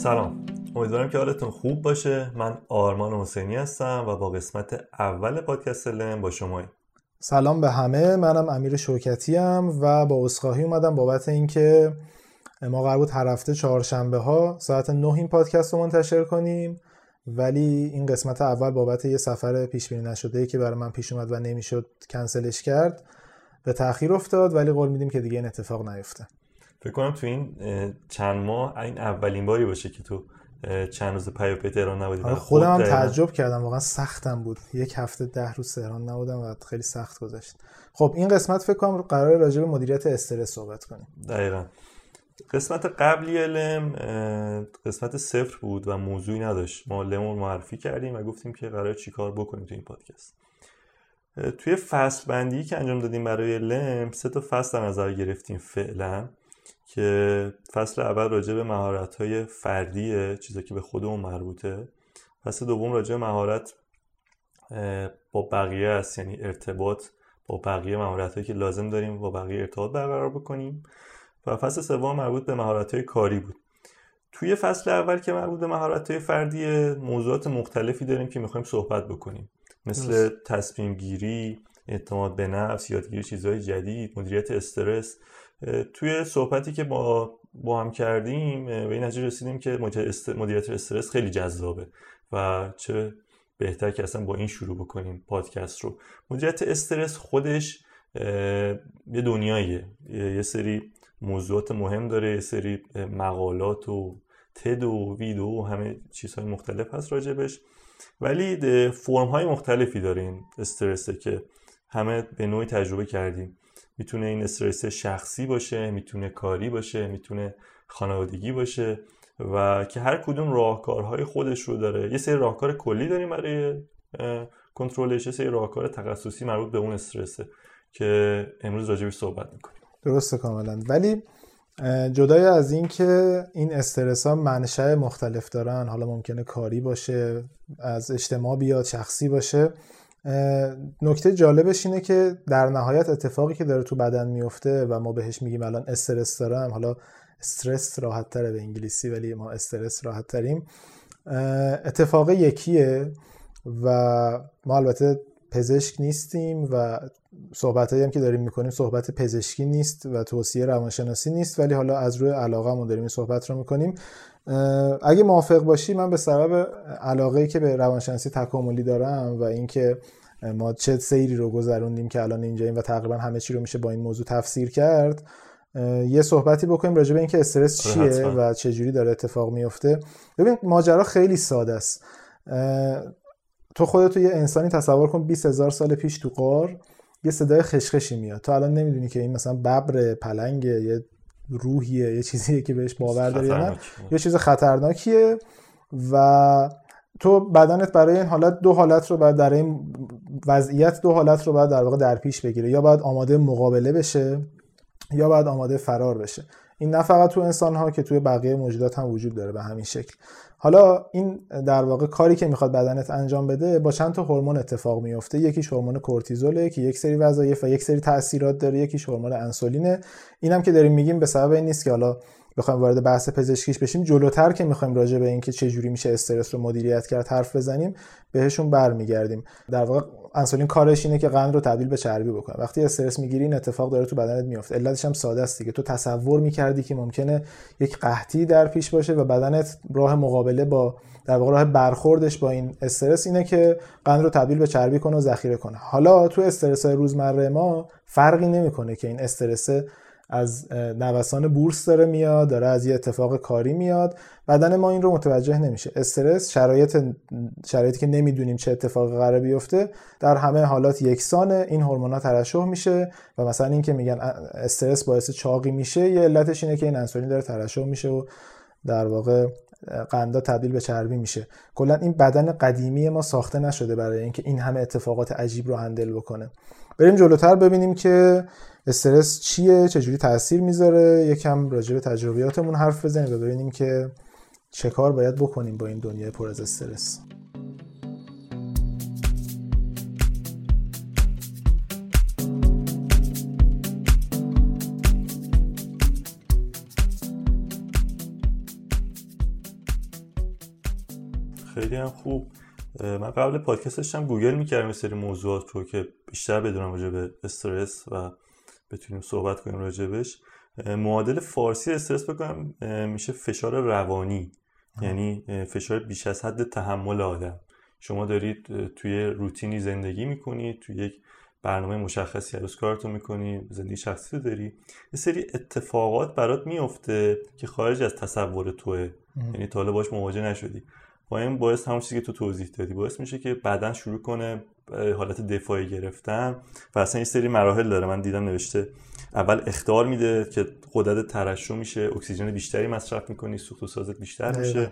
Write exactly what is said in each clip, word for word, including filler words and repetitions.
سلام، امیدوارم که حالتون خوب باشه. من آرمان حسینی هستم و با قسمت اول پادکست لم با شماییم. سلام به همه، منم امیر شوکتی ام و با عذرخواهی اومدم بابت اینکه ما قرار بود هر هفته چهارشنبه ها ساعت نه این پادکست رو منتشر کنیم، ولی این قسمت اول بابت یه سفر پیش بینی نشده‌ای که برای من پیش اومد و نمیشد کنسلش کرد به تأخیر افتاد، ولی قول میدیم که دیگه این اتفاق نیفته. فکر کنم تو این چند ماه این اولین باری باشه که تو چند روز پی و پی تهران نبودی. خودم هم تعجب کردم، واقعا سختم بود، یک هفته ده روز تهران نبودم و خیلی سخت گذشت. خب این قسمت فکر کنم قراره راجع به مدیریت استرس صحبت کنیم. دقیقاً. قسمت قبلی لم قسمت صفر بود و موضوعی نداشت. ما لم رو معرفی کردیم و گفتیم که قراره چیکار بکنیم تو این پادکست. توی فصل بندی که انجام دادیم برای لم سه تا فصل در نظر گرفتیم فعلا، که فصل اول راجع به مهارت‌های فردیه، چیزی که به خودمون مربوطه. فصل دوم راجع به مهارت با بقیه است، یعنی ارتباط با بقیه، مهارت‌هایی که لازم داریم با بقیه ارتباط برقرار بکنیم. و فصل سوم مربوط به مهارت‌های کاری بود. توی فصل اول که مربوط به مهارت‌های فردیه، موضوعات مختلفی داریم که می‌خوایم صحبت بکنیم، مثل تصمیم گیری، اعتماد به نفس، یادگیری چیزهای جدید، مدیریت استرس. توی صحبتی که با با هم کردیم به این نتیجه رسیدیم که مدیریت استرس خیلی جذابه و چه بهتر که اصلا با این شروع بکنیم پادکست رو. مدیریت استرس خودش یه دنیاییه، یه سری موضوعات مهم داره، یه سری مقالات و تد و ویدیو و همه چیزهای مختلف هست راجبش، ولی فرم‌های مختلفی داره این استرسه که همه به نوعی تجربه کردیم. میتونه این استرس شخصی باشه، میتونه کاری باشه، میتونه خانوادگی باشه و که هر کدوم راهکارهای خودش رو داره. یه سری راهکار کلی داریم برای کنترلش، یه سری راهکار تخصصی مربوط به اون استرسه که امروز راجبش صحبت میکنیم. درسته کاملا. ولی جدای از این که این استرس ها منشأ مختلف دارن، حالا ممکنه کاری باشه، از اجتماع بیاد، شخصی باشه، نکته جالبش اینه که در نهایت اتفاقی که داره تو بدن میفته و ما بهش میگیم الان استرس دارم، حالا استرس راحت تره به انگلیسی ولی ما استرس راحت تریم، اتفاق یکیه و ما البته پزشک نیستیم و صحبتایی هم که داریم میکنیم صحبت پزشکی نیست و توصیه روانشناسی نیست، ولی حالا از روی علاقه‌مون داریم این صحبت رو میکنیم. اگه موافق باشی من به سبب علاقه‌ای که به روانشناسی تکاملی دارم و اینکه ما چه سیری رو گذروندیم که الان اینجاییم و تقریبا همه چی رو میشه با این موضوع تفسیر کرد، یه صحبتی بکنیم راجع به اینکه استرس چیه و چه جوری داره اتفاق میفته. ببین ماجرا خیلی ساده است. تو خودت یه انسانی تصور کن بیست هزار سال پیش تو غار یه صدای خشخشی میاد. تو الان نمیدونی که این مثلا ببر، پلنگه، یه روحیه، یه چیزیه که بهش باور داری یا نه، یه چیز خطرناکیه و تو بدنت برای این حالت دو حالت رو بعد در این وضعیت دو حالت رو بعد در واقع در پیش بگیره، یا باید آماده مقابله بشه یا باید آماده فرار بشه. این نه فقط تو انسان ها که توی بقیه موجودات هم وجود داره به همین شکل. حالا این در واقع کاری که میخواد بدنت انجام بده با چند تا هورمون اتفاق میفته. یکیش هورمون کورتیزوله که یک سری وظایف و یک سری تاثیرات داره، یکیش هورمون انسولینه. اینم که داریم میگیم به سبب این نیست که حالا بخوایم وارد بحث پزشکیش بشیم، جلوتر که میخوایم راجع به این که چه جوری میشه استرس رو مدیریت کرد حرف بزنیم بهشون برمیگردیم. در واقع انسولین کارش اینه که قند رو تبدیل به چربی بکنه. وقتی استرس میگیری این اتفاق داره تو بدنت میفته. علتش هم ساده است دیگه. تو تصور میکردی که ممکنه یک قحطی در پیش باشه و بدنت راه مقابله با در واقع راه برخوردش با این استرس اینه که قند رو تبدیل به چربی کنه و ذخیره کنه. حالا تو استرس‌های روزمره ما فرقی نمیکنه که این استرس از نوسان بورس داره میاد، داره از یه اتفاق کاری میاد، بدن ما این رو متوجه نمیشه. استرس شرایط شرایطی که نمیدونیم چه اتفاقی قراره بیفته در همه حالات یکسانه، این هورمونا ترشح میشه و مثلا این که میگن استرس باعث چاقی میشه، یه علتش اینه که این انسولین داره ترشح میشه و در واقع قندا تبدیل به چربی میشه. کلا این بدن قدیمی ما ساخته نشده برای اینکه این همه اتفاقات عجیب رو هندل بکنه. بریم جلوتر ببینیم که استرس چیه، چجوری تأثیر میذاره، یکم راجع به تجربیاتمون حرف بزنیم و ببینیم که چه کار باید بکنیم با این دنیای پر از استرس. خیلی هم خوب. من قبل پادکست داشتم گوگل میکردم یه سری موضوعات رو که بیشتر بدونم راجع به استرس و بتونیم صحبت کنیم راجبش. معادل فارسی استرس بکنم میشه فشار روانی، یعنی فشار بیش از حد تحمل آدم. شما دارید توی روتینی زندگی میکنید، توی یک برنامه مشخصی هر روز کارتو میکنی، زندگی شخصی رو داری، یه سری اتفاقات برات میفته که خارج از تصور توئه، یعنی تا حالا باهاش مواجه نشدی. و این باعث همون چیزی که تو توضیح دادی باعث میشه که بدن شروع کنه حالت دفاعی گرفتن و اصلا این سری مراحل داره. من دیدم نوشته اول اخطار میده که غدد ترشح میشه، اکسیژن بیشتری مصرف میکنی، سوخت و سازت بیشتر میشه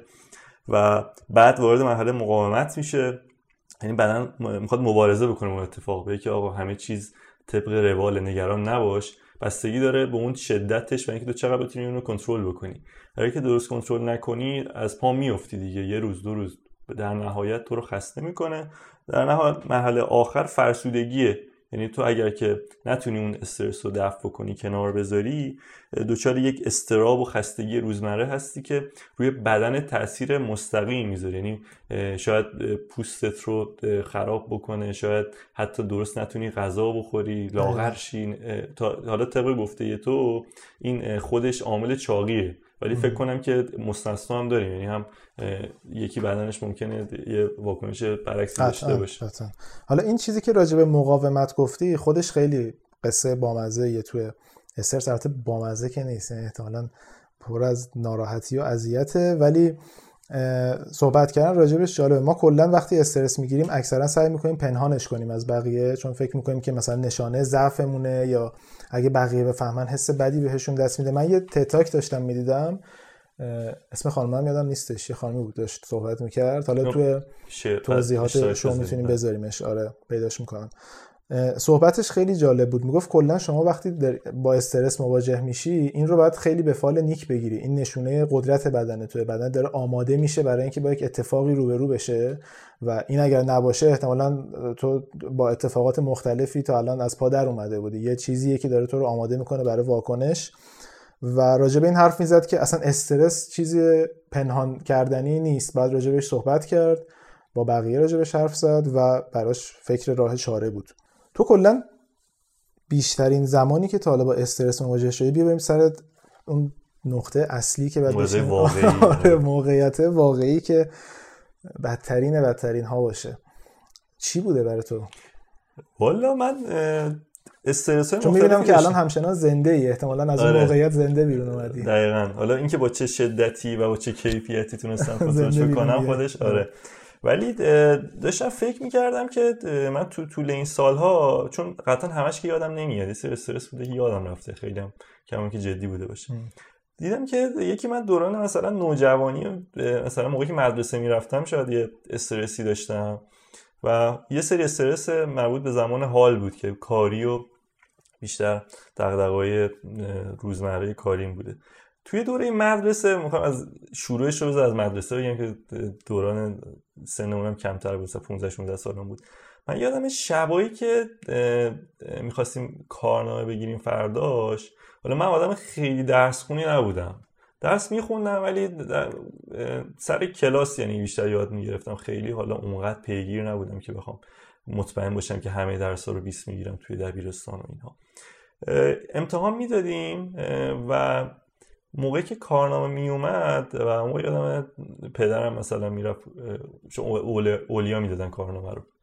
و بعد وارد مرحله مقاومت میشه، یعنی بدن میخواد مبارزه بکنه با اتفاق، بگه که آقا همه چیز طبق روال، نگران نباش. بستگی داره به اون شدتش و اینکه تو چقدر بتونی اون رو کنترل بکنی. اگه که درست کنترل نکنی از پا میافتی دیگه، یه روز دو روز در نهایت تو رو خسته میکنه. در نهایت مرحله آخر فرسودگیه، یعنی تو اگر که نتونی اون استرس رو دفع بکنی، کنار بذاری، دوچار یک اضطراب و خستگی روزمره هستی که روی بدن تأثیر مستقیم میذاره. یعنی شاید پوستت رو خراب بکنه، شاید حتی درست نتونی غذا بخوری، لاغر شی. حالا طبق گفته تو این خودش عامل چاقیه، ولی فکر کنم که مستثنا هم داریم، یعنی هم یکی بدنش ممکنه یه واکنش برعکسی داشته باشه. حالا این چیزی که راجع به مقاومت گفتی خودش خیلی قصه بامزه‌ایه توی استرس. البته بامزه که نیست، احتمالاً پر از ناراحتی و اذیته، ولی صحبت کردن راجبش جالبه. ما کلا وقتی استرس میگیریم اکثرا سعی میکنیم پنهانش کنیم از بقیه، چون فکر میکنیم که مثلا نشانه ضعفمونه یا اگه بقیه بفهمن حس بدی بهشون دست میده. من یه تتاک داشتم میدیدم، اسم خانمم یادم نیستش، یه خانمی بود داشت صحبت میکرد، حالا توی توضیحات شما میتونیم بذاریمش، آره پیداش میکنم. صحبتش خیلی جالب بود. میگفت کلا شما وقتی با استرس مواجه میشی این رو باید خیلی به فال نیک بگیری. این نشونه قدرت بدنه، توی بدن داره آماده میشه برای اینکه با یک اتفاقی روبرو بشه و این اگر نباشه احتمالاً تو با اتفاقات مختلفی تا الان از پا در اومده بودی. یه چیزیه که داره تو رو آماده میکنه برای واکنش. و راجع به این حرف میزد که اصلا استرس چیزی پنهان کردنی نیست، بعد راجع بهش صحبت کرد، با بقیه راجع بهش حرف زد و براش فکر راه چاره بود. تو کلا بیشترین زمانی که تا حالا با استرس مواجه شدی، بیا بریم سر اون نقطه اصلی که بعد موضوع واقعی موقعیت واقعی که بدترین بدترین ها باشه. چی بوده برای تو؟ والا من استرس های چون میبینم که الان همچنان زنده ای، احتمالاً از اون آره. موقعیت زنده بیرون اومدی. دقیقاً. حالا اینکه با چه شدتی و با چه کیفیتی تونستم کنترلش کنم خودش آره. ولی داشتم فکر میکردم که من تو طول این سالها، چون قطعا همش که یادم نمیاد، یه سری استرس بوده که یادم رفته، خیلی هم کمون که جدی بوده باشه. دیدم که یکی من دوران مثلا نوجوانی، مثلا موقعی که مدرسه میرفتم شاید یه استرسی داشتم و یه سری استرس مربوط به زمان حال بود که کاری و بیشتر دغدغه‌های روزمره کاریم بوده. توی دوره مدرسه، میخوام از شروعش رو از مدرسه بگم که دوران سنمونم کمتر بود، پانزده شانزده سالم بود. من یادم شبایی که میخواستیم کارنامه بگیریم فرداش، حالا من آدم خیلی درس خونی نبودم، درس میخوندم ولی سر کلاس یعنی بیشتر یاد میگرفتم، خیلی حالا اونقدر پیگیر نبودم که بخوام مطمئن باشم که همه درس‌ها رو بیست میگیرم توی دبیرستان و اینها. امتحان میدادیم و موقعی که کارنامه می اومد و موقعی یادم پدرم مثلا میرفت، چون اولیا میدادن کارنامه رو،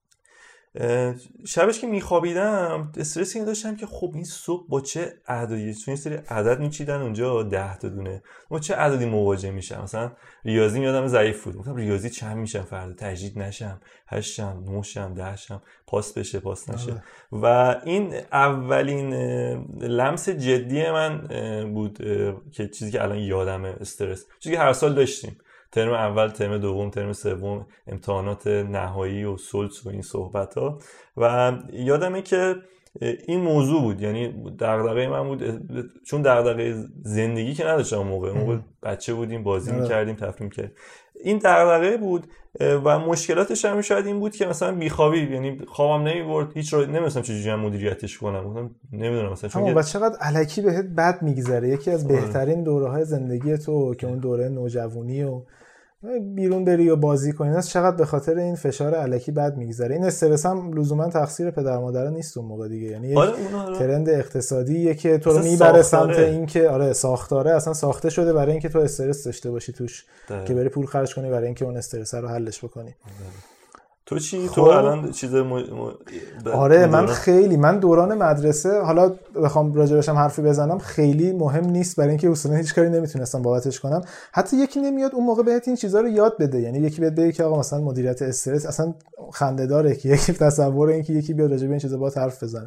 شبش که میخوابیدم استرسی این داشتم که خب این صبح با چه عددی، چون این سری عدد میچیدن اونجا ده تا دونه، با چه عددی مواجه میشم. مثلا ریاضی میادم ضعیف بود، گفتم ریاضی چند میشم فردا، تجدید نشم، هشتم، نوشم، دهشم، پاس بشه پاس نشه. آه. و این اولین لمس جدی من بود که چیزی که الان یادمه استرس، چیزی که هر سال داشتیم، ترم اول، ترم دوم، ترم سوم، امتحانات نهایی و سلس و این صحبت ها. و یادمه که این موضوع بود، یعنی دغدغه من بود، چون دغدغه زندگی که نداشتم اون موقع، موقع بچه بودیم، بازی میکردیم، تفریح میکردیم، این دغدغه بود. و مشکلاتش هم شاید این بود که مثلا بیخوابی، یعنی خوابم نمیبرد، هیچ رو نمی‌دونستم چجوری مدیریتش کنم، نمیدونم مثلا چون اما چقدر الکی بهت بد میگذره. یکی از بهترین دوره‌های زندگی تو که اون دوره نوجوانی و بیرون بری یا بازی کنی، از چقدر به خاطر این فشار الکی بد میگذره. این استرس هم لزوما تقصیر پدر مادر نیست اون موقع دیگه، یعنی یک آره ترند اقتصادیه که تو رو میبره سمت این که آره ساختاره اصلا ساخته شده برای اینکه تو استرس داشته باشی توش ده. که بری پول خرج کنی برای اینکه اون استرس رو حلش بکنی. تو چی؟ خب. تو الان چیز م... م... آره من خیلی من دوران مدرسه حالا بخوام راجبش هم حرفی بزنم خیلی مهم نیست برای اینکه اصلا هیچ کاری نمیتونستم بابتش کنم. حتی یکی نمیاد اون موقع بهت این چیزا رو یاد بده، یعنی یکی بهت بگه که آقا مثلا مدیریت استرس اصلا خنده داره که یکی تصور این که یکی بیاد راجب این چیزا باهات حرف بزنه.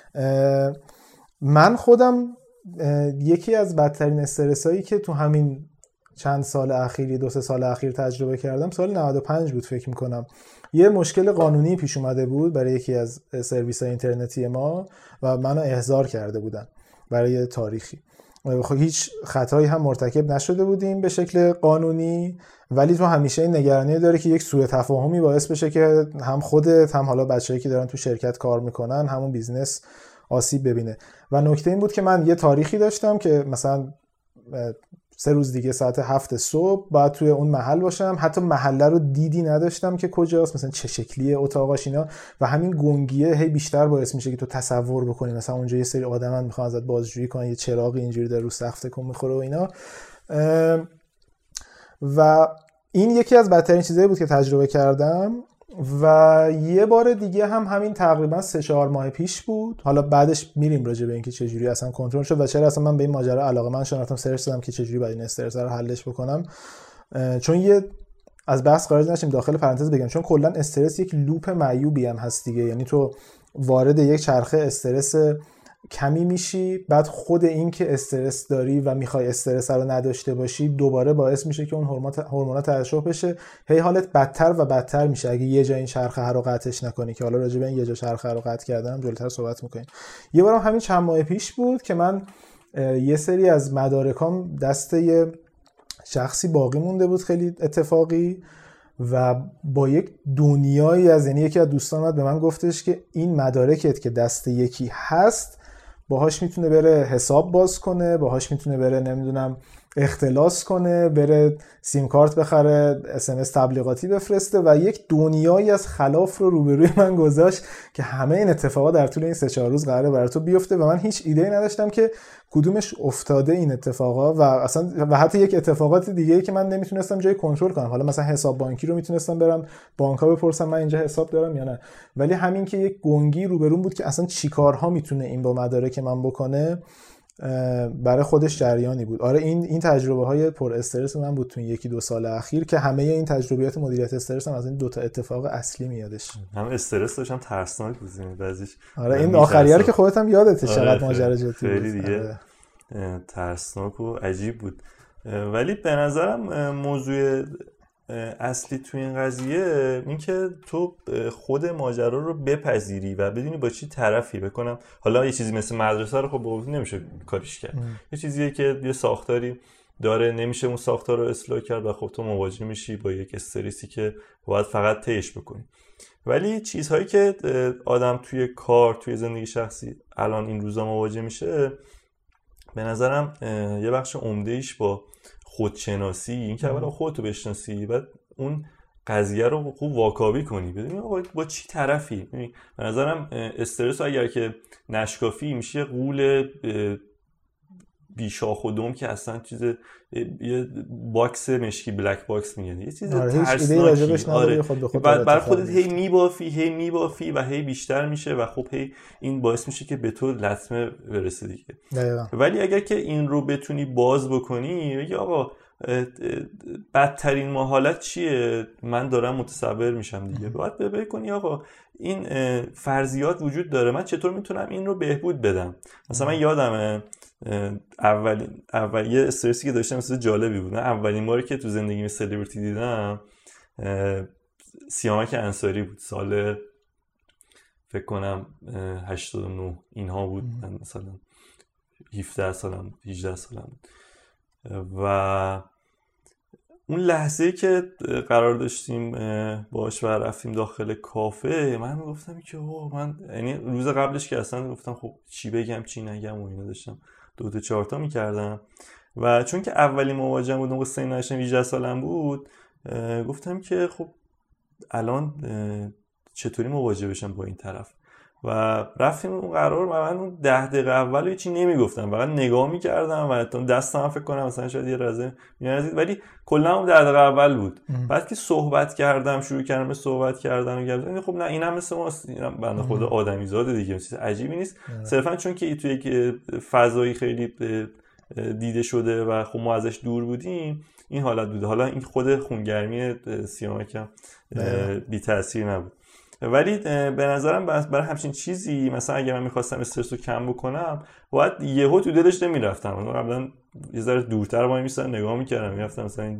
من خودم یکی از بدترین استرسایی که تو همین چند سال اخیر دو سه سال اخیر تجربه کردم سال نود و پنج بود فکر می‌کنم. یه مشکل قانونی پیش اومده بود برای یکی از سرویس‌های اینترنتی ما و منو احضار کرده بودن برای تاریخی. خب هیچ خطایی هم مرتکب نشده بودیم به شکل قانونی، ولی تو همیشه این نگرانی داره که یک سوء تفاهمی باعث بشه که هم خودت هم حالا بچه‌ای که دارن تو شرکت کار میکنن همون بیزنس آسیب ببینه. و نکته این بود که من یه تاریخی داشتم که مثلا سه روز دیگه ساعت هفت صبح باید توی اون محل باشم، حتی محله رو دیدی نداشتم که کجاست، مثلا چه شکلیه اتاقاش اینا، و همین گنگیه هی بیشتر باعث میشه که تو تصور بکنی مثلا اونجا یه سری آدمن میخوان ازت بازجویی کنن، یه چراغی اینجوری در رو سقف تکون میخوره و اینا. و این یکی از بدترین چیزایی بود که تجربه کردم. و یه بار دیگه هم همین تقریبا سه چهار ماه پیش بود، حالا بعدش میریم راجع به اینکه چجوری اصلا کنترل شد و چرا اصلا من به این ماجرا علاقه‌مند شدم، رفتم سرچ دادم که چجوری باید این استرس رو حلش بکنم. چون یه از بحث خارج نشیم داخل پرانتز بگم، چون کلا استرس یک لوپ معیوبی هم هست دیگه، یعنی تو وارد یک چرخه استرس کمی میشی، بعد خود این که استرس داری و میخوای استرس رو نداشته باشی دوباره باعث میشه که اون هورمونات ترشح بشه، هی حالت بدتر و بدتر میشه اگه یه جا این چرخه رو قطعش نکنی، که حالا راجع به این یه جا چرخه رو قطع کردنم جلوتر صحبت میکنیم. یه بارم همین چند ماه پیش بود که من یه سری از مدارکام دست یه شخصی باقی مونده بود خیلی اتفاقی، و با یک دنیایی از یعنی یکی از دوستان اومد به من گفتش که این مدارکت که دست یکی هست باهاش میتونه بره حساب باز کنه، باهاش میتونه بره نمیدونم اختلاس کنه، بره سیم کارت بخره، اس ام اس تبلیغاتی بفرسته، و یک دنیایی از خلاف رو روبروی من گذاشت که همه این اتفاقات در طول این سه چهار روز قراره برای تو بیفته و من هیچ ایده‌ای نداشتم که کدومش افتاده این اتفاقا، و اصلا و حتی یک اتفاقات دیگه‌ای که من نمیتونستم جای کنترل کنم. حالا مثلا حساب بانکی رو میتونستم برم بانک‌ها بپرسم من اینجا حساب دارم یا نه، ولی همین که یک گنگی روبروم بود که اصلا چیکارها میتونه این با مدارک من بکنه برای خودش جریانی بود. آره این این تجربه های پر استرس من بود تو یکی دو سال اخیر که همه این تجربیات مدیریت استرس هم از این دو تا اتفاق اصلی میادش. هم استرس داشتم ترسناک بود بعضیش. آره این آخریه رو که خودت هم یادته چقدر ماجرا جدی بود. خیلی دیگه ترسناک و عجیب بود. ولی به نظرم موضوع اصلی تو این قضیه این که تو خود ماجرا رو بپذیری و بدونی با چی طرفی. بکنم حالا یه چیزی مثل مدرسه رو خب بگم نمیشه کاریش کرد، یه چیزیه که یه ساختاری داره نمیشه اون ساختار رو اصلاح کرد و خب تو مواجه میشی با یک استرسی که باید فقط طیش بکنی. ولی چیزهایی که آدم توی کار توی زندگی شخصی الان این روزا مواجه میشه به نظرم یه بخش عمده‌ایش با خودشناسی، این که اولا خودتو بشناسی بعد اون قضیه رو خوب واکاوی کنی، بدونی آقا با چی طرفی. به نظرم استرس اگر که نشکافی میشه غول بیشاخ و دم که اصلا چیز یه باکس مشکی بلک باکس میگن، یه چیز ترسناکی. آره بعد بر خودت هی میبافی هی میبافی و هی بیشتر میشه و خب هی این باعث میشه که به تو لطمه برسه دیگه. ولی اگر که این رو بتونی باز بکنی بگی آقا بدترین حالت چیه، من دارم متصور میشم دیگه، باید ببین کنی آقا این فرضیات وجود داره، من چطور میتونم این رو بهبود بدم. مثلا من یادمه اولین اول یه استرسی که داشتم مثلا جالبی بود. اولین باری که تو زندگیم سلبریتی دیدم سیامک انصاری بود، سال فکر کنم هشتاد و نه اینها بود، من مثلا هفده سالم هجده سالم بود. و اون لحظه که قرار داشتیم باش و رفتیم داخل کافه من گفتم که اوه من یعنی روز قبلش که اصلا گفتم خب چی بگم چی نگم و اینا داشتم دو تا چهار تا می‌کردم و چون که اولین مواجهه بود و سن داشتم هجده سالم بود گفتم که خب الان چطوری مواجه بشم با این طرف و رفتیم اون قرار و من اون ده دقیقه اول هیچی نمیگفتم، فقط نگاه میکردم و دستم هم فکر کنم مثلا شاید یه رزه میارزید، ولی کلا اون ده دقیقه اول بود. بعد که صحبت کردم شروع کردم به صحبت کردن و گفتم خب نه اینم مثل ماست، اینم بنده خدا آدمیزاده دیگه، چیز عجیبی نیست، صرفا چون که توی یک فضایی خیلی دیده شده و خب ما ازش دور بودیم این حالت بوده. حالا این خود خونگرمی سیامک هم بی تاثیر نبود، ولی به نظرم برای همچین چیزی مثلا اگه من میخواستم استرس رو کم بکنم باید یهو تو دلش نمیرفتم، من قبلا یه ذره دورتر وای میستم نگاه میکردم، میرفتم مثلا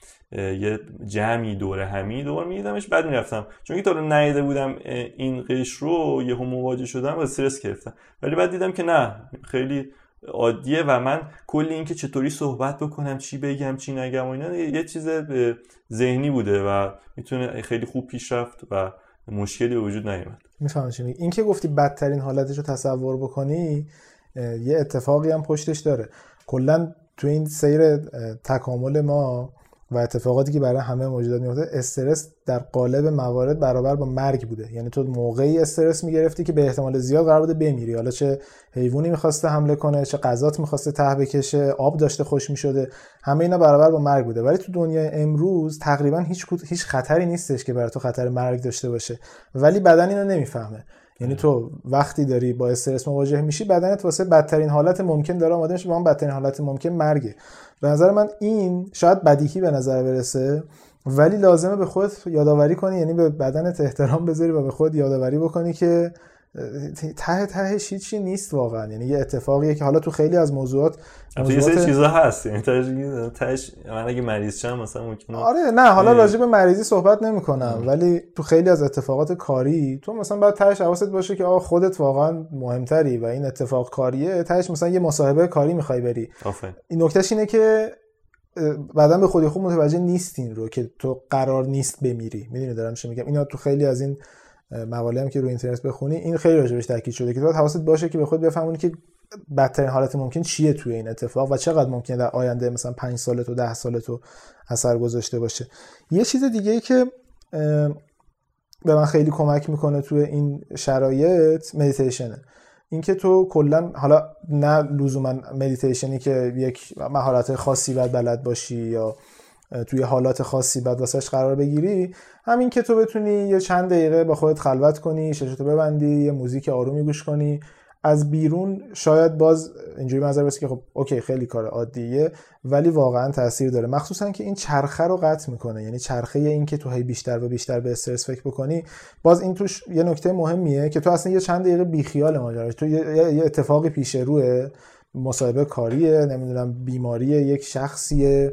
یه جمعی دوره همی دور میدیدمش بعد میرفتم، چون که تا الان ندیده بودم این قشر رو یهو مواجه شدم و استرس گرفتم. ولی بعد دیدم که نه خیلی عادیه و من کلی این که چطوری صحبت بکنم، چی بگم چی نگم و اینا یه چیز ذهنی بوده و میتونه خیلی خوب پیش رفت و مشکلی وجود نیامد. میفهمم چی میگی. این که گفتی بدترین حالتش رو تصور بکنی یه اتفاقی هم پشتش داره. کلا تو این سیر تکامل ما و اتفاقاتی که برای همه موجودات میفته استرس در قالب موارد برابر با مرگ بوده. یعنی تو موقعی استرس میگرفتی که به احتمال زیاد قرار بوده بمیری، حالا چه حیوانی میخواسته حمله کنه، چه غذات میخواسته ته بکشه، آب داشته خوش میشده، همه اینا برابر با مرگ بوده. ولی تو دنیای امروز تقریبا هیچ هیچ خطری نیستش که برای تو خطر مرگ داشته باشه، ولی بدن اینو نمیفهمه. یعنی تو وقتی داری با استرس مواجه میشی بدنت واسه بدترین حالت ممکن داره آماده میشه، با اون بدترین حالت ممکن مرگه. به نظر من این شاید بدیهی به نظر برسه ولی لازمه به خودت یادآوری کنی، یعنی به بدنت احترام بذاری و به خودت یادآوری بکنی که ته تهش هیچی نیست واقعا. یعنی یه اتفاقیه که حالا تو خیلی از موضوعات موضوعات یه سری چیزا هست، یعنی تهش تهش من اگه مریض شم مثلا ممکنه آره نه حالا راجع به مریضی صحبت نمی‌کنم، ولی تو خیلی از اتفاقات کاری تو مثلا باید تهش حواست باشه که آقا خودت واقعا مهمتری و این اتفاق کاریه، تهش مثلا یه مصاحبه کاری می‌خوای بری. آفرین. این نکتهش اینه که بعدن به خودی خوب متوجه نیستین رو که تو قرار نیست بمیری. میدونی دارم چی میگم؟ اینا تو خیلی از این مقاله هم که روی اینترنت بخونی این خیلی راجعش تاکید شده که تو باید حواست باشه که به خود بفهمونی که بدترین حالت ممکن چیه توی این اتفاق و چقدر ممکنه در آینده مثلا پنج سال تو ده سال تو اثر گذاشته باشه. یه چیز دیگه ای که به من خیلی کمک میکنه توی این شرایط مدیتیشنه. اینکه تو کلا حالا نه لزوما مدیتیشنی که یک مهارت خاصی باید بلد باشی یا توی حالات خاصی بعد واسش قرار بگیری، همین که تو بتونی یه چند دقیقه با خودت خلوت کنی، شاشتو ببندی، یه موزیک آرومی گوش کنی، از بیرون شاید باز اینجوری منظر برسه که خب اوکی خیلی کار عادیه ولی واقعا تاثیر داره، مخصوصا که این چرخه رو قطع میکنه. یعنی چرخه این که تو هی بیشتر و بیشتر به استرس فکر بکنی، باز این توش یه نکته مهمیه که تو اصلا یه چند دقیقه بیخیال ماجراش، تو یه, یه اتفاقی پیش روه، مصاحبه کاریه، نمیدونم بیماریه یک شخصیه،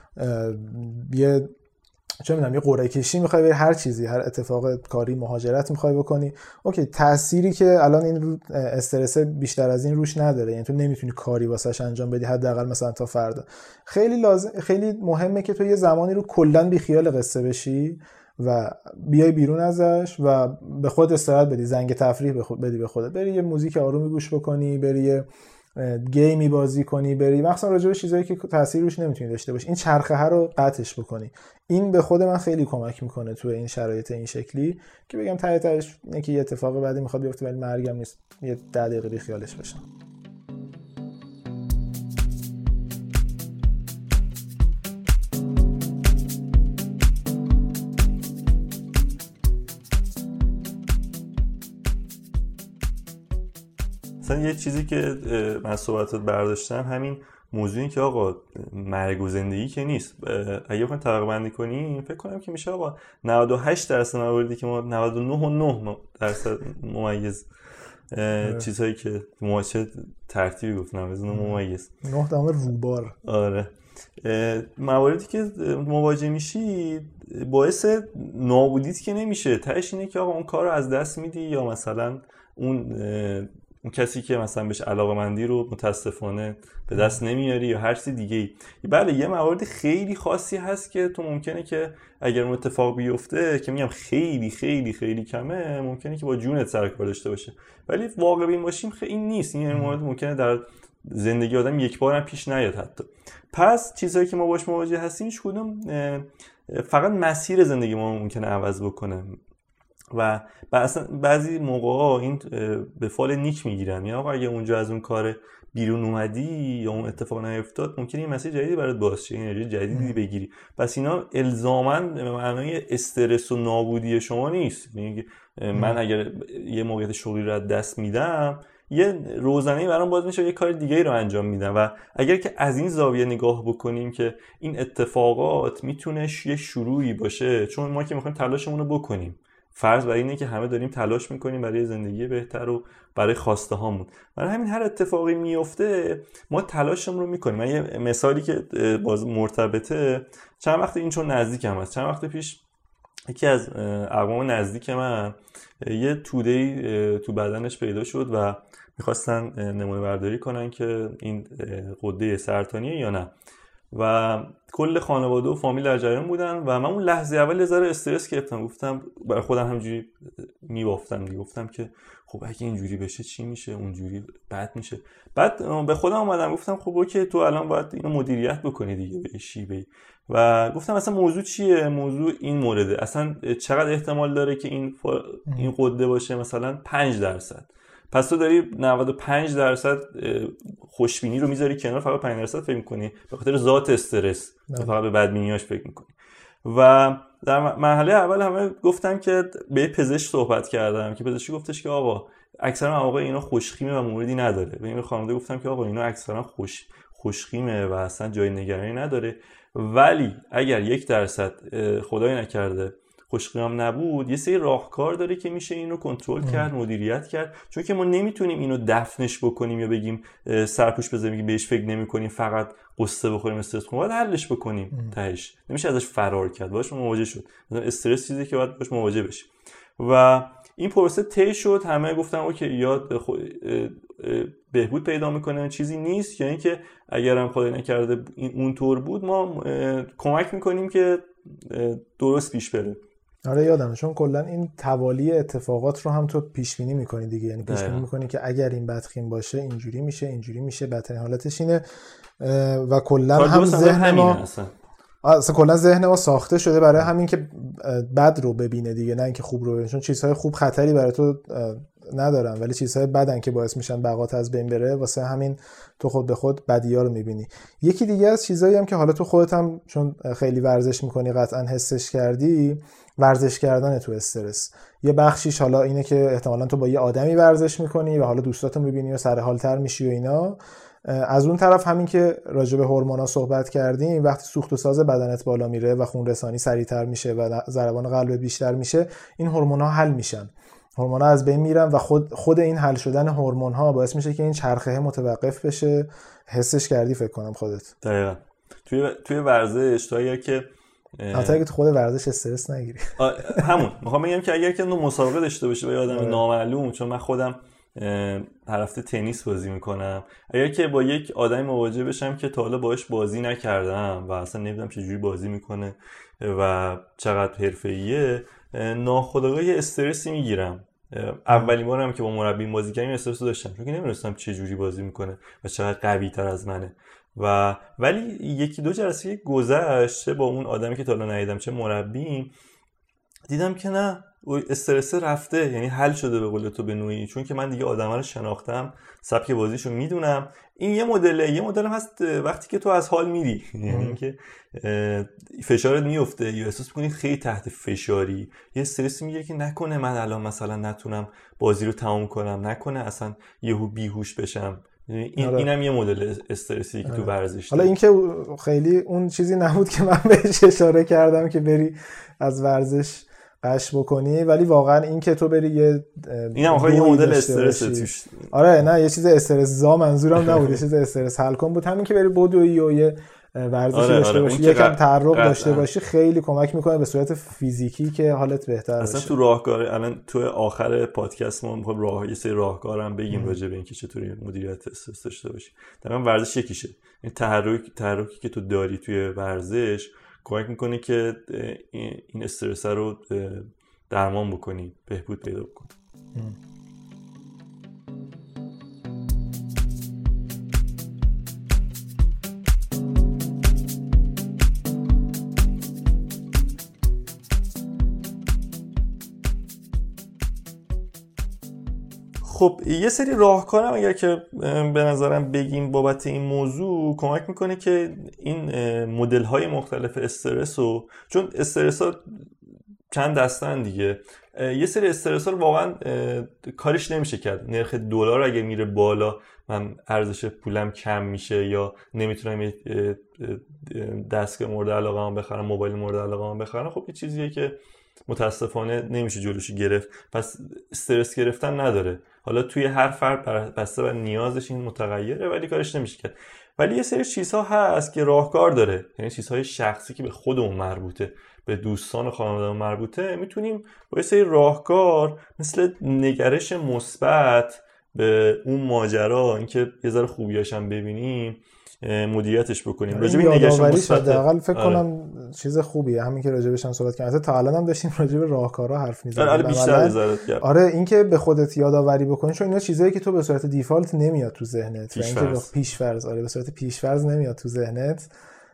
یه چه میدونم یه قرعه کشی میخوای بری، هر چیزی، هر اتفاق کاری، مهاجرت میخوای بکنی، اوکی تأثیری که الان این استرس بیشتر از این روش نداره، یعنی تو نمیتونی کاری واسش انجام بدی حداقل مثلا تا فردا. خیلی لازم خیلی مهمه که تو یه زمانی رو کلا بی خیال قصه بشی و بیای بیرون ازش و به خود استراحت بدی، زنگ تفریح بدی به خودت، بری یه موزیک آرومی گوش بکنی، بری یه گیمی بازی کنی، بری مثلا راجع به چیزایی که تاثیر روش نمیتونی داشته باشی، این چرخه رو قطعش بکنی. این به خود من خیلی کمک میکنه تو این شرایط این شکلی که بگم ته تهش اینه که یه اتفاق بعدی میخواد بیفته ولی مرگم نیست، یه ده دقیقه بی خیالش بشم. مثلا یه چیزی که من صحبتات برداشتم همین موضوعی که آقا مرگ و زندگی که نیست. اگه بخوایم طبقه بندی کنیم فکر کنم که میشه آقا نود و هشت درصد مواردی که ما نود و نه و نه درصد ممیز چیزهایی که ما چه ترتیبی گفتم بزنم ممیز نه دام روبار. آره مواردی که مواجه میشی باعث نابودیت که نمیشه، تهش اینه که آقا اون کار رو از دست میدی یا مثلا اون اون کسی که مثلا بهش علاقه‌مندی رو متاسفانه به دست نمیاری یا هر چیز دیگه‌ای. بله یه موارد خیلی خاصی هست که تو ممکنه که اگر اون اتفاق بیفته که میگم خیلی خیلی خیلی کمه، ممکنه که با جونت سر کار داشته باشه، ولی واقع بین باشیم خیلی این نیست. این مورد ممکنه در زندگی آدم یک بار هم پیش نیاد حتی. پس چیزهایی که ما باش مواجه هستیم هیچ کدوم فقط مسیر زندگی ما ممکنه عوض بکنه و بعضی موقعا این به فال نیک میگیرن. یعنی آقا اگه اونجا از اون کار بیرون اومدی یا اون اتفاق نیفتاد ممکنه یه مسیر جدیدی برات باز شه، انرژی جدیدی بگیری. پس اینا الزاماً معنای استرس و نابودی شما نیست. یعنی من اگر یه موقعیت شغلی رو از دست میدم یه روزانه‌ای برام باز میشه، یه کار دیگه‌ای رو انجام میدم. و اگر که از این زاویه نگاه بکنیم که این اتفاقات میتونه یه شروعی باشه، چون ما که میخوایم تلاشمون رو بکنیم، فرض بر اینه که همه داریم تلاش میکنیم برای زندگی بهتر و برای خواسته هامون، برای همین هر اتفاقی میفته ما تلاشمون رو میکنیم. من یه مثالی که باز مرتبطه، چند وقت این چون نزدیکم هست، چند وقت پیش یکی از اقوام نزدیک من یه توده‌ای تو بدنش پیدا شد و میخواستن نمونه برداری کنن که این غده سرطانیه یا نه و کل خانواده و فامیل در جریان بودن و من اون لحظه اول یه ذره استرس گرفتم، گفتم برای خودم همینجوری میبافتم دیگه، گفتم که خب اگه اینجوری بشه چی میشه، اونجوری بد میشه. بعد به خودم اومدم گفتم خب اوکی تو الان باید اینو مدیریت بکنی دیگه به شیوهی و گفتم اصلا موضوع چیه؟ موضوع این مورده، اصلا چقدر احتمال داره که این فا... این غده باشه؟ مثلا پنج درصد. پس تو داری نود و پنج درصد خوشبینی رو میذاری کنار، فقط پنج درصد فکر می‌کنی به خاطر ذات استرس، تو فقط به بدبینیاش فکر می‌کنی. و در مرحله اول همه گفتم که به پزشک صحبت کردم که پزشک گفتش که آقا اکثرا آقا اینا خوشخیمه و موردی نداره. به این خانواده گفتم که آقا اینا اکثرا خوش خوشخیمه و اصلا جای نگرانی نداره، ولی اگر یک درصد خدای نکرده خوشخیام نبود یه سری راهکار داره که میشه اینو کنترل کرد، مدیریت کرد. چون که ما نمیتونیم اینو دفنش بکنیم یا بگیم سرپوش بذاریم که بهش فکر نمی‌کنیم، فقط قصه بخوریم استرس کنیم، باید حلش بکنیم. تهش نمیشه ازش فرار کرد، باهاش مواجه شد. مثلا استرس چیزی که باید باهاش مواجه بشیم و این پروسه طی شد. همه گفتن اوکی یاد خو... بهبود پیدا میکنه، چیزی نیست، یا اینکه اگرم خدای نکرده این اونطور بود ما کمک میکنیم که درست پیش بره. آره یادمه، چون کلا این توالی اتفاقات رو هم تو پیش بینی می‌کنی دیگه، یعنی پیش بینی می‌کنی که اگر این بدخیم باشه اینجوری میشه، اینجوری میشه، بدترین حالتش اینه و کلا هم ذهن ما اصلا اصلا کلا ذهن ما ساخته شده برای همین که بد رو ببینه دیگه، نه اینکه خوب رو ببینه. چون چیزهای خوب خطری برای تو ندارن ولی چیزهای بدن که باعث میشن بقات از بین بره، واسه همین تو خود به خود بدی‌ها رو میبینی. یکی دیگه از چیزایی هم که حالا تو خودت هم چون خیلی ورزش میکنی قطعا حسش کردی، ورزش کردن تو استرس. یه بخشیش حالا اینه که احتمالاً تو با یه آدمی ورزش میکنی و حالا دوستاتو میبینی و سر حال‌تر میشی و اینا. از اون طرف همین که راجع به هورمونا صحبت کردیم، وقتی سوخت و ساز بدنت بالا میره و خون رسانی سریعتر میشه و ضربان قلبت بیشتر میشه، این هورمونا حل میشن، هورمونا از بین میرن و خود خود این حل شدن هورمون ها باعث میشه که این چرخه متوقف بشه. حسش کردی فکر کنم خودت. دقیقاً. توی توی ورزش تو اگر که حتی اگه تو خود ورزش استرس نگیری، همون میخوام بگم که اگر که نو مسابقه داشته باشی با یه آدم نامعلوم، چون من خودم هر هفته تنیس بازی میکنم، اگر که با یک آدمی مواجه بشم که تا حالا باهاش بازی نکردم و اصلا نمیدونم چه جوری بازی میکنه و چقدر حرفه‌ایه، ناخودآگاه یه استرسی میگیرم. اولین بارم که با مربی بازی کردم استرس داشتم، چون که نمیدونستم چه جوری بازی میکنه و چقدر قوی تر از منه. و ولی یکی دو جلسه گذشت با اون آدمی که تا حالا ندیدم، چه مربی، دیدم که نه استرس رفته، یعنی حل شده به قول تو به نوعی، چون که من دیگه آدما رو شناختم، سبک بازیشو میدونم. این یه مدله، یه مدل هم هست وقتی که تو از حال میری، یعنی اینکه فشارت میفته یا احساس می‌کنی خیلی تحت فشاری، یه استرس میگیره که نکنه من الان مثلا نتونم بازی رو تمام کنم، نکنه اصلا یهو بیهوش بشم. این آره. اینم یه مدل استرسی که آره. تو ورزش. حالا اینکه خیلی اون چیزی نبود که من بهش اشاره کردم که بری از ورزش قش بکنی، ولی واقعا این که تو بری یه اینم آخه یه مدل استرس توش. آره نه یه چیز استرس زا منظورم نبود، یه چیز استرس حل کن بود. همین که بری بدوی و یه ورزشی آره داشته آره. باشی، یکم تحرک داشته باشی، خیلی کمک میکنه به صورت فیزیکی که حالت بهتر بشه. اصلا تو راهکار الان تو آخر پادکست ما میخوایم راه یه سری راهکارم بگیم راجع به اینکه چطوری مدیریت استرس داشته باشی. دقیقاً ورزش یکیشه. این تحرک تحرکی که تو داری توی ورزش کمک میکنه که این استرس رو درمان بکنی، بهبود پیدا بکنی. خب یه سری راهکارم اگر که به نظرم بگیم بابت این موضوع کمک میکنه که این مدل های مختلف استرس رو، چون استرس ها چند دستن دیگه، یه سری استرس ها رو واقعا کارش نمیشه کرد. نرخ دلار اگه میره بالا من ارزش پولم کم میشه، یا نمیتونم دستگاه مورد علاقه‌ام بخرم، موبایل مورد علاقه‌ام بخرم، خب یه چیزیه که متاسفانه نمیشه جلوشو گرفت. پس استرس گرفتن نداره. حالا توی هر فرد بسته بر نیازش این متغیره، ولی کارش نمیشه کرد. ولی یه سری چیزها هست که راهکار داره، یعنی چیزهای شخصی که به خودمون مربوطه، به دوستان و خانواده‌مون مربوطه، میتونیم با یه سری راهکار مثل نگرش مثبت به اون ماجرا، اینکه یه ذره خوبیاش هم ببینیم، مدیریتش بکنیم. راجع به نگرش مثبت حداقل فکر آره. کنم چیز خوبیه، همین که راجع بهش هم صحبت کردیم. تا الان هم داشتیم راجع به راهکارها حرف می‌زدیم. آره بیشتر نظرت کرد. آره اینکه به خودت یادآوری بکنی، چون اینا چیزایی که تو به صورت دیفالت نمیاد تو ذهنت، یعنی که پیش‌فرض، آره به صورت پیش‌فرض نمیاد تو ذهنت،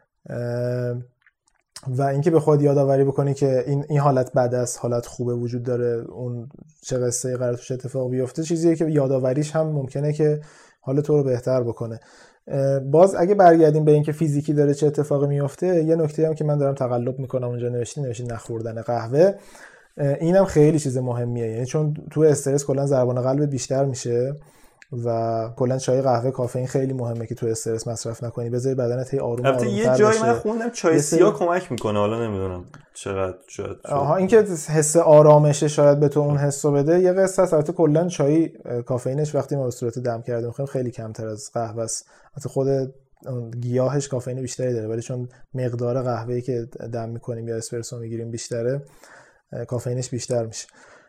و اینکه به خود یادآوری بکنی که این این حالت بد است، حالت خوبه وجود داره، اون چه قصه‌ای قراره توش اتفاق بیفته، چیزیه که یادآوریش هم ممکنه که حال تو رو بهتر بکنه. باز اگه برگردیم به اینکه فیزیکی داره چه اتفاقی میفته، یه نکته هم که من دارم تقلب میکنم اونجا نوشتین نوشتین نخوردن قهوه، اینم خیلی چیز مهمیه، یعنی چون تو استرس کلا ضربان قلبت بیشتر میشه و کلا چای قهوه کافئین خیلی مهمه که تو استرس مصرف نکنی، بذاری بدنت هی آروم آروم تر بشه. یه جایی من خوندم چای سیاه کمک میکنه، حالا نمیدونم چقدر شاید. آها اینکه حس آرامشه شاید به تو اون حسو بده. یه قصه است البته کلا چای کافئینش وقتی ما به صورت دم کرده میخوایم خیلی کمتر از قهوه است، البته خود گیاهش کافئین بیشتری داره، ولی چون مقدار قهوه‌ای که دم میکنیم یا اسپرسو میگیریم بیشتره، کافئینش بیشتر میشه.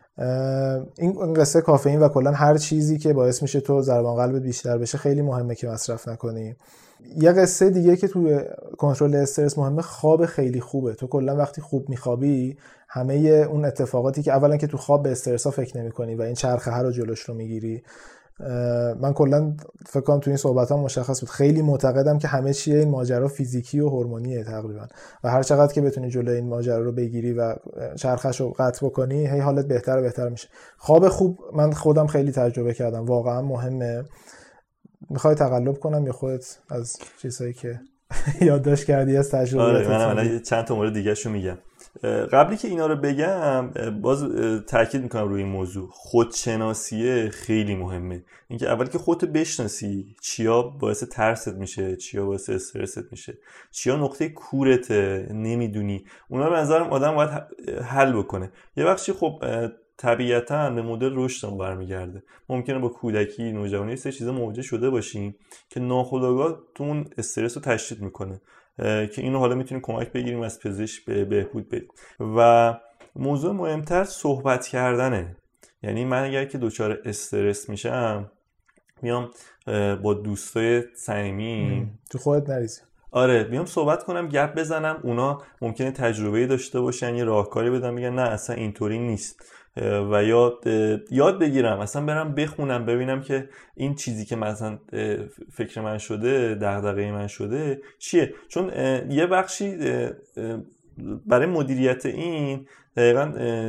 این قصه کافئین و کلا هر چیزی که باعث میشه تو ضربان قلبت بیشتر بشه خیلی مهمه که مصرف نکنی. یه قصه دیگه که تو کنترل استرس مهمه، خواب خیلی خوبه. تو کلا وقتی خوب میخوابی همه اون اتفاقاتی که اولا که تو خواب به استرس ها فکر نمی‌کنی و این چرخه ها رو جلوش رو میگیری. من کلا فکر کنم تو این صحبتام مشخص بود، خیلی معتقدم که همه چیه این ماجرا فیزیکی و هورمونیه تقریبا، و هر چقدر که بتونی جلوی این ماجرا رو بگیری و چرخش رو قطع بکنی هی حالت بهتر و بهتر میشه. خواب خوب من خودم خیلی تجربه کردم، واقعا مهمه. میخوای تقلب کنم یا خودت از چیزایی که یادداشت کردی از تجربیاتت؟ آره من من چند تا مورد دیگه شو میگم. قبلی که اینا رو بگم باز تاکید میکنم روی این موضوع، خودشناسیه خیلی مهمه. اینکه اول که خودت بشناسی چیا باعث ترست میشه، چیا باعث استرست میشه، چیا نقطه کورته نمیدونی، اونا رو به نظرم آدم باید حل بکنه. یه بخشی خب طبیعتاً به مدل رشدمون برمیگرده. ممکنه با کودکی، نوجوانی سه چیزا مواجه شده باشیم که ناخودآگاه تو اون استرس رو تشدید میکنه، که اینو حالا میتونیم کمک بگیریم از پزشک به بهبود بدیم. و موضوع مهمتر صحبت کردنه. یعنی من اگر که دچار استرس میشم میام با دوستای صمیمی تو خودت نریزی، آره بیام صحبت کنم، گپ بزنم. اونا ممکنه تجربه‌ای داشته باشن، یه راهکاری بدن، میگن نه اصلا اینطوری نیست، و یاد یاد بگیرم، اصلا برم بخونم ببینم که این چیزی که مثلا فکر من شده، دغدغه من شده چیه. چون یه بخشی برای مدیریت این دقیقاً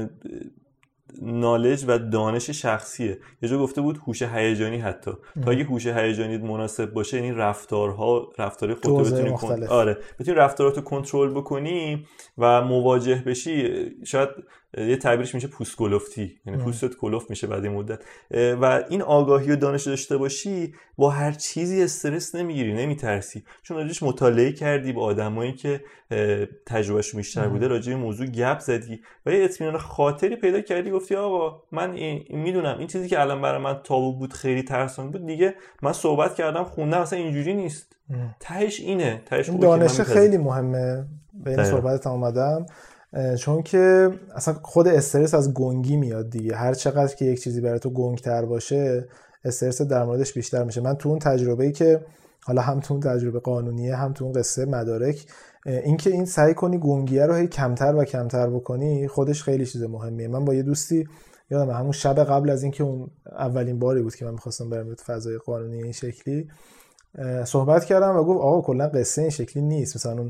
نالج و دانش شخصیه. یه جا گفته بود هوش هیجانی، حتی تا اگه هوش هیجانیت مناسب باشه، یعنی رفتارها رفتار خودت بتونی کن... آره بتونی رفتاراتو کنترل بکنی و مواجه بشی. شاید یه تعبیرش میشه پوست کلفتی، یعنی پوستت کلفت میشه بعد این مدت. و این آگاهی و دانش داشته باشی، با هر چیزی استرس نمیگیری، نمیترسی، چون راجعش مطالعه کردی، با آدمایی که تجربهشون بیشتر بوده راجع به موضوع گپ زدی و یه اطمینان خاطری پیدا کردی. گفتی آقا من این میدونم این چیزی که الان برای من تابو بود، خیلی ترسناک بود، دیگه من صحبت کردم خوندم اصلا اینجوری نیست. تهش اینه، تهش دانش خیلی مهمه. به این صحبتت اومدم چون که اصلا خود استرس از گنگی میاد دیگه. هر چقدر که یک چیزی برای تو گنگتر باشه، استرس در موردش بیشتر میشه. من تو اون تجربه‌ای که حالا هم تو اون تجربه قانونیه، هم تو اون قصه مدارک، این که این سعی کنی گنگیه رو هی کمتر و کمتر بکنی، خودش خیلی چیز مهمیه. من با یه دوستی یادم همون شب قبل از اینکه اون اولین باری بود که من می‌خواستم برم تو فضای قانونی این شکلی، صحبت کردم و گفت آقا کلا قصه این شکلی نیست. مثلا اون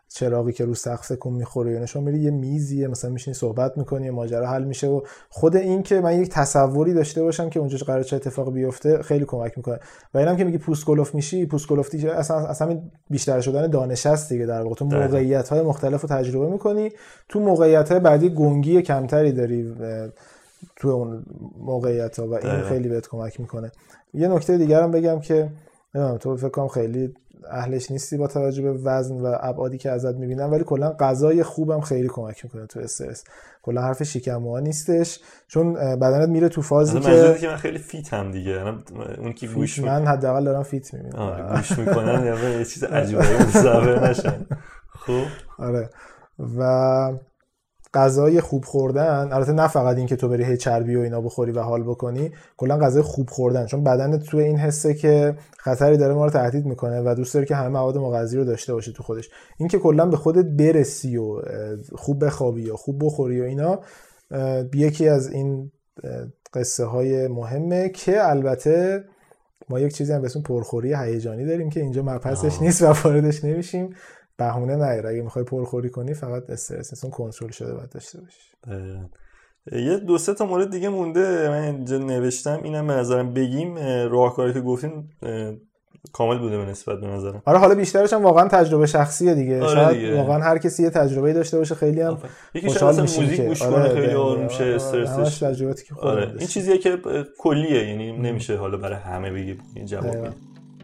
چراغی که رو سقف تکون میخوره، یا شما میری یه میزیه مثلا میشینی صحبت میکنی، ماجرا حل میشه. و خود این که من یک تصوری داشته باشم که اونجا قراره چه اتفاقی بیفته خیلی کمک میکنه. و اینم که میگی پوست گلوف میشی، پوست گلوفتی اصلا اصلا بیشتر شدن دانش است دیگه. در واقع تو موقعیت‌های مختلف رو تجربه میکنی، تو موقعیت‌های بعدی گنگی کمتری داری تو اون موقعیت‌ها و این دقیقا. خیلی بهت کمک میکنه. یه نکته دیگه هم بگم که نمیدونم تو فکر کنم خیلی اهلش نیستی با توجه به وزن و ابعادی که ازت میبینم، ولی کلا غذای خوبم خیلی کمک میکنه تو استرس. کلا حرف شکم‌ها نیستش، چون بدنت میره تو فازی که منظورم که من خیلی فیتم دیگه. اون کی گوش من می... حداقل دارم فیت میبینم. آره گوش میکنن یا یه چیز عجیبه مصور نشن. خب آره. و غذای خوب خوردن، البته نه فقط این که تو بری هی چربی و اینا بخوری و حال بکنی، کلا غذای خوب خوردن، چون بدنت تو این حسه که خطری داره ما رو تهدید میکنه و دوست داره که همه مواد مغذی رو داشته باشه تو خودش. این که کلا به خودت برسی و خوب بخوابی و خوب بخوری و اینا یکی از این قصه های مهمه که البته ما یک چیزی هم به اسم پرخوری هیجانی داریم که اینجا مبحثش نیست و واردش نمیشیم. بهونه نگیر، اگه میخوای پرخوری کنی فقط استرس نیست، اون کنترل شده باید داشته باشی. یه دو سه تا مورد دیگه مونده من اینجا نوشتم، اینم به نظرم بگیم. راهکاری که گفتین کامل بوده به نسبت به نظرم. آره حالا بیشترش هم واقعا تجربه شخصیه دیگه. آره شاید دیگه. واقعا هر کسی یه تجربه‌ای داشته باشه خیلی هم خوشحال میشه. موزیک گوش کنه آره خیلی آروم میشه استرسش. تجربه‌ای که آره این چیزیه که کلیه، یعنی نمیشه حالا برای همه بگی جواب بدی.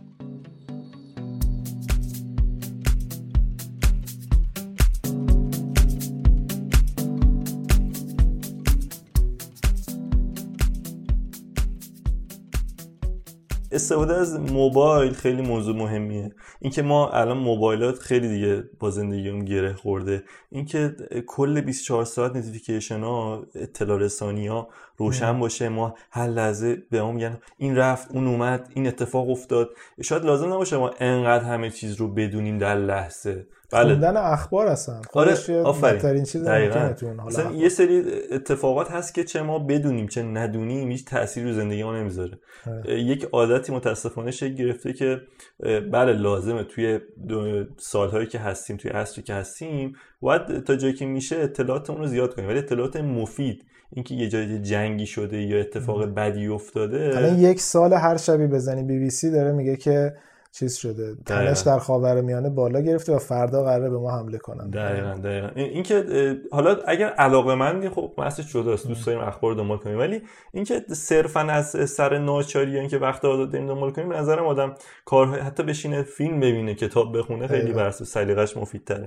استفاده از موبایل خیلی موضوع مهمیه. اینکه ما الان موبایلات خیلی دیگه با زندگیمون گره خورده، اینکه کل بیست و چهار ساعت نوتیفیکیشن ها، اطلاع رسانی ها روشن باشه، ما هر لحظه به ما میگن این رفت اون اومد این اتفاق افتاد. شاید لازم نباشه ما انقدر همه چیز رو بدونیم در لحظه. بله خوندن اخبار هستن خودش بهترین چیز ممکنه تو اون حالا. مثلا یه سری اتفاقات هست که چه ما بدونیم چه ندونیم هیچ تأثیری رو زندگی ما نمیذاره. یک عادتی متاسفانه شکل گرفته که بله لازمه توی سالهایی که هستیم، توی عصری که هستیم، باید تا جایی که میشه اطلاعاتمون رو زیاد کنیم، ولی اطلاعات مفید، اینکه یه جای جنگی شده یا اتفاق بدی افتاده. الان یک سال هر شبی بزنی بی بی سی داره میگه که چیز شده، تنش در خاورمیانه بالا گرفته و فردا قراره به ما حمله کنن. دقیقاً دقیقاً این که حالا اگر علاقه‌مندی خب مسئله شده است، دوست داریم اخبار دنبال کنیم، ولی این که صرفاً از سر ناچاری این که وقت آزاد داریم دنبال کنیم، به نظرم آدم کار حتی بشینه فیلم ببینه، کتاب بخونه خیلی بر اساس سلیقه‌اش مفیدتره.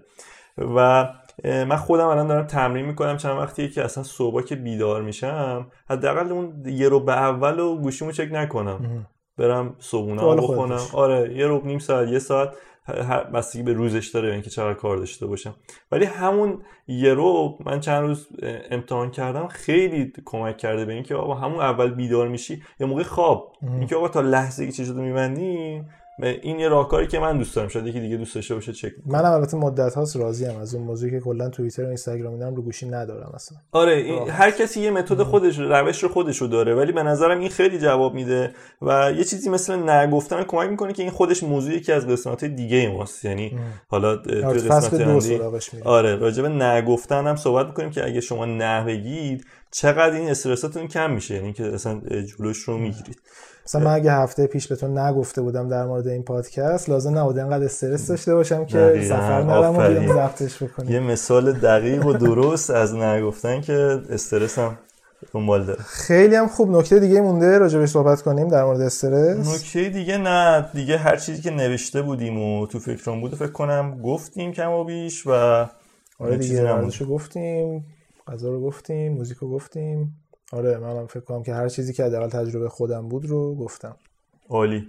و من خودم الان دارم تمرین میکنم چند وقتیه که اصلا صبح که بیدار میشم حداقل اون یه رو به اول و گوشیمو چک نکنم، برم صبحونه بخونم. آره یه ربع نیم ساعت یه ساعت بستگی به روزش داره، اینکه چقدر کار داشته باشم، ولی همون یه رو من چند روز امتحان کردم خیلی کمک کرده به اینکه آقا همون اول بیدار میشی یه موقع خواب، اینکه آقا تا لحظه‌ای که چشتو میبندی. این یه راهکاری که من دوست دارم، شاید یکی دیگه دوست داشته باشه چک کنم. منم البته مدت هاست راضی ام از اون موضوعی که کلا توییتر و اینستاگرام میدم رو گوشی ندارم اصلا. آره هر کسی یه متد خودش، روش رو خودش رو داره، ولی به نظرم این خیلی جواب میده و یه چیزی مثل نگفتن کمک میکنه که این خودش موضوعی که از قسمت دیگه ماست، یعنی ام. حالا تو قسمت اندی آره راجع به نگفتن هم صحبت میکنیم که اگه شما نه بگید چقدر این استرساتون کم میشه، یعنی که اصلا جلوش رو میگیرید. مثلا من اگه هفته پیش بهتون نگفته بودم در مورد این پادکست، لازم نبود اینقدر استرس داشته باشم که سفر نرم و بیام ضبطش بکنم. یه مثال دقیق و درست از نگفتن که استرس هم دنبال داره. خیلی هم خوب. نکته دیگه مونده راجع بهش صحبت کنیم در مورد استرس؟ نکته دیگه نه دیگه، هر چیزی که نوشته بودیم و تو فکرام بود فکر کنم گفتیم کم و بیش. و آره دیگه ورزشو گفتیم، غذا رو گفتیم، موزیک رو گفتیم. آره منم فکر کنم که هر چیزی که حداقل تجربه خودم بود رو گفتم. عالی.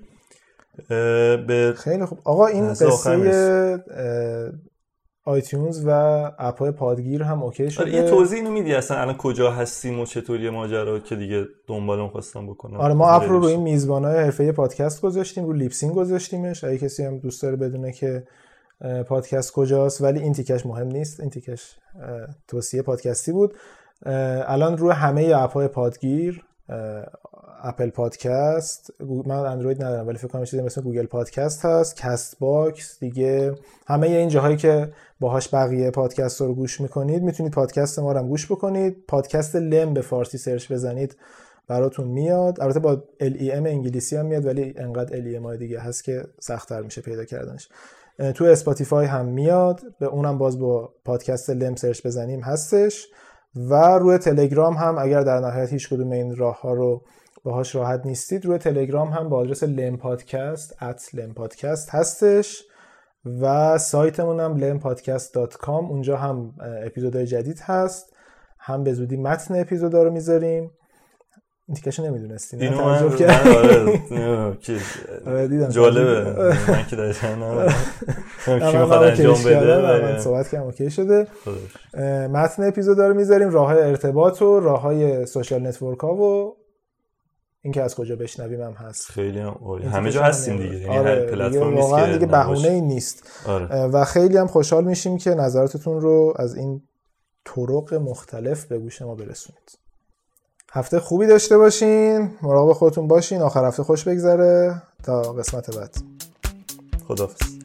به خیلی خوب آقا، این قصه آیتیونز و اپ‌های پادگیر هم اوکی شده. آره یه توضیح اینو میدی اصلا الان کجا هستیم و چطوریه ماجرا که دیگه دنبالم خواستم بکنم. آره ما اپ رو روی این میزبان‌های حرفه‌ای پادکست گذاشتیم، رو لیپسینگ گذاشتیمش. اگه کسی هم دوست داره بدونه که پادکست کجاست، ولی این تیکش مهم نیست، این تیکش توصیه پادکستی بود. الان روی همه اپ‌های پادگیر، اپل پادکست، من اندروید ندارم ولی فکر کنم چیزی مثل گوگل پادکست هست، کست باکس، دیگه همه این جاهایی که باهاش بقیه پادکست رو گوش میکنید میتونید پادکست ما رو هم گوش بکنید. پادکست لم به فارسی سرچ بزنید براتون میاد. البته با ال ای ام انگلیسی هم میاد ولی انقدر ال ای ام های دیگه هست که سخت‌تر میشه پیدا کردنش. تو اسپاتیفای هم میاد، به اونم باز با پادکست لم سرچ بزنیم هستش. و روی تلگرام هم اگر در نهایت هیچ کدوم این راه‌ها رو باهاش راحت نیستید، روی تلگرام هم با آدرس لم پادکست ات لم پادکست هستش. و سایتمون هم لم پادکست دات کام، اونجا هم اپیزودهای جدید هست، هم به زودی متن اپیزودا رو میذاریم. این تیکشو نمیدونستی؟ اینو من آره دیدم جالبه. من که داشتم نه کی میخواد انجام بده من صحبت کردم اوکی شده. متن اپیزودا رو میذاریم، راههای ارتباط و راههای سوشال نتورک ها و اینکه از کجا بشنویم هم هست. خیلی هم همه جا هستیم دیگه، یعنی آره هر پلتفرمی نیست که دیگه بهونه‌ای نیست. آره. و خیلی هم خوشحال میشیم که نظراتتون رو از این طرق مختلف به گوش ما برسونید. هفته خوبی داشته باشین، مراقب خودتون باشین، آخر هفته خوش بگذره تا قسمت بعد. خداحافظ.